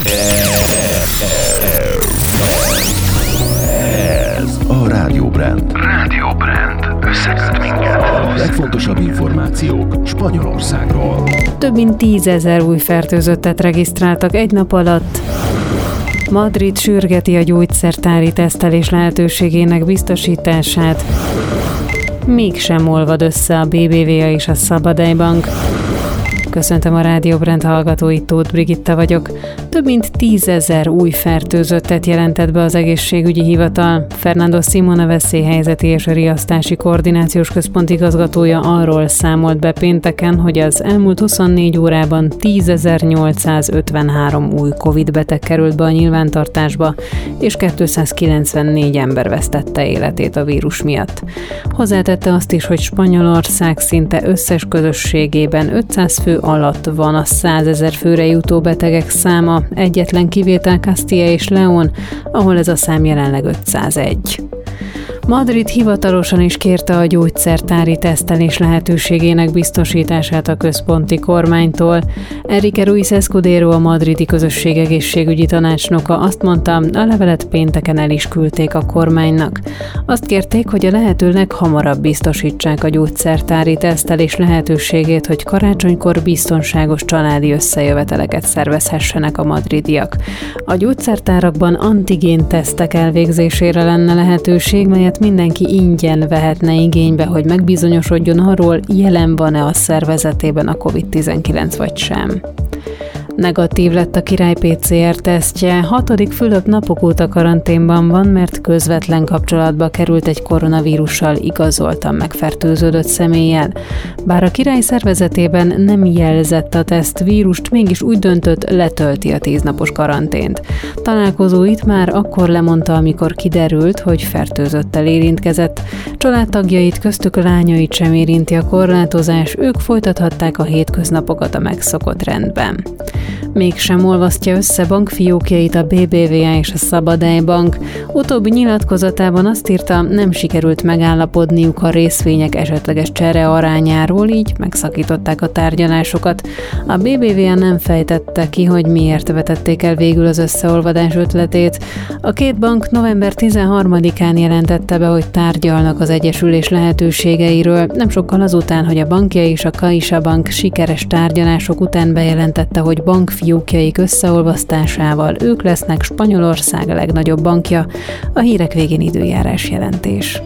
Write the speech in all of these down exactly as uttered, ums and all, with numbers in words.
Ez a Rádió Brand. Rádió Brand. Összeköt minket. A legfontosabb információk Spanyolországról. Több mint tízezer új fertőzöttet regisztráltak egy nap alatt. Madrid sürgeti a gyógyszertári tesztelés lehetőségének biztosítását. Mégsem olvad össze a bé bé vé á és a Sabadell Bank. Köszöntöm a Rádió Brand hallgatóit, Tóth Brigitta vagyok. Több mint tízezer új fertőzöttet jelentett be az egészségügyi hivatal. Fernando Simon, a veszélyhelyzeti és a riasztási koordinációs központ igazgatója arról számolt be pénteken, hogy az elmúlt huszonnégy órában tízezer-nyolcszázötvenhárom új Covid beteg került be a nyilvántartásba, és kétszázkilencvennégy ember vesztette életét a vírus miatt. Hozzátette azt is, hogy Spanyolország szinte összes közösségében ötszáz fő alatt van a százezer főre jutó betegek száma, egyetlen kivétel Castilla és León, ahol ez a szám jelenleg ötszázegy. Madrid hivatalosan is kérte a gyógyszertári tesztelés lehetőségének biztosítását a központi kormánytól. Enrique Ruiz Escudero, a madridi közösség egészségügyi tanácsnoka azt mondta, a levelet pénteken el is küldték a kormánynak. Azt kérték, hogy a lehető leghamarabb biztosítsák a gyógyszertári tesztelés lehetőségét, hogy karácsonykor biztonságos családi összejöveteleket szervezhessenek a madridiak. A gyógyszertárakban antigén tesztek elvégzésére lenne lehetőség, melyet mindenki ingyen vehetne igénybe, hogy megbizonyosodjon arról, jelen van-e a szervezetében a kovid tizenkilenc vagy sem. Negatív lett a király pé cé er tesztje. Hatodik Fülöp napok óta karanténban van, mert közvetlen kapcsolatba került egy koronavírussal igazoltan megfertőződött személlyel. Bár a király szervezetében nem jelzett a teszt vírust, mégis úgy döntött, letölti a tíznapos karantént. Találkozóit már akkor lemondta, amikor kiderült, hogy fertőzöttel érintkezett. Családtagjait, köztük a lányait sem érinti a korlátozás, ők folytathatták a hétköznapokat a megszokott rendben. Mégsem olvasztja össze bankfiókjait a bé bé vé á és a Sabadell Bank. Utóbbi nyilatkozatában azt írta, nem sikerült megállapodniuk a részvények esetleges csere arányáról, így megszakították a tárgyalásokat. A bé bé vé á nem fejtette ki, hogy miért vetették el végül az összeolvadás ötletét. A két bank november tizenharmadikán jelentette be, hogy tárgyalnak az egyesülés lehetőségeiről, nem sokkal azután, hogy a bankja és a CaixaBank sikeres tárgyalások után bejelentette, hogy bankfiókjaik összeolvasztásával ők lesznek Spanyolország legnagyobb bankja. A hírek végén időjárás jelentés.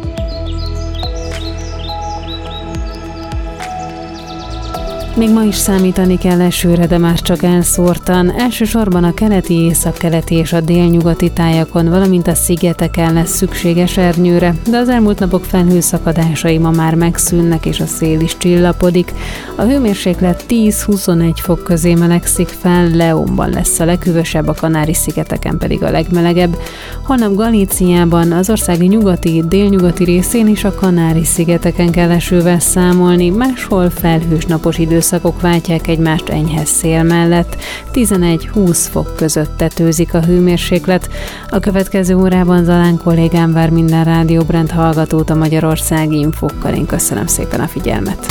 Még ma is számítani kell esőre, de már csak elszórtan. Elsősorban a keleti, északkeleti és a délnyugati tájakon, valamint a szigeteken lesz szükséges ernyőre, de az elmúlt napok felhőszakadásai ma már megszűnnek, és a szél is csillapodik. A hőmérséklet tíz-huszonegy fok közé melegszik fel, Leónban lesz a leghűvösebb, a Kanári-szigeteken pedig a legmelegebb. Holnap Galíciában, az ország nyugati, délnyugati részén és a Kanári-szigeteken kell esővel számolni, máshol felhős napos idő szakok váltják egymást enyhe szél mellett, tizenegy-húsz fok között tetőzik a hőmérséklet. A következő órában Zalán kollégám vár minden Rádió Brand hallgatót a magyarországi infókkal. Én köszönöm szépen a figyelmet.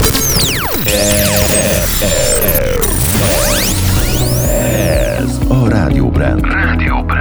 Ez a Rádió Brand. Rádió Brand.